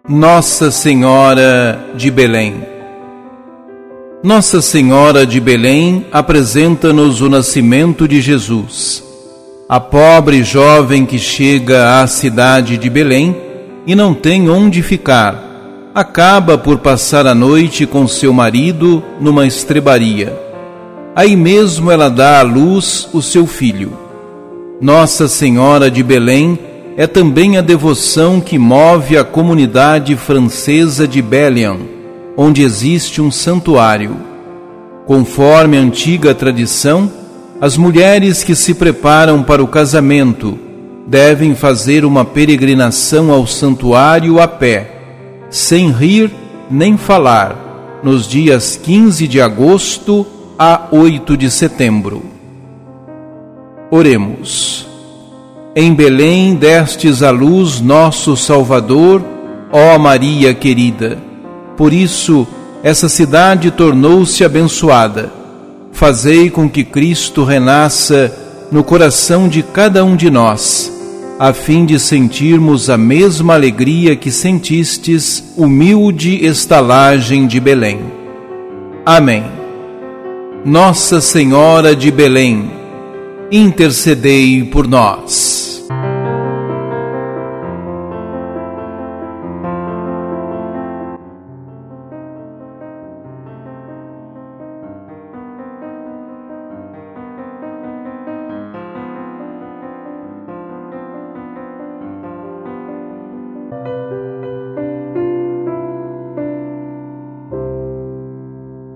Nossa Senhora de Belém. Nossa Senhora de Belém apresenta-nos o nascimento de Jesus. A pobre jovem que chega à cidade de Belém e não tem onde ficar, acaba por passar a noite com seu marido numa estrebaria. Aí mesmo ela dá à luz o seu filho. Nossa Senhora de Belém é também a devoção que move a comunidade francesa de Belém, onde existe um santuário. Conforme a antiga tradição, as mulheres que se preparam para o casamento devem fazer uma peregrinação ao santuário a pé, sem rir nem falar, nos dias 15 de agosto a 8 de setembro. Oremos. Em Belém destes à luz nosso Salvador, ó Maria querida. Por isso, essa cidade tornou-se abençoada. Fazei com que Cristo renasça no coração de cada um de nós, a fim de sentirmos a mesma alegria que sentistes, humilde estalagem de Belém. Amém. Nossa Senhora de Belém, intercedei por nós.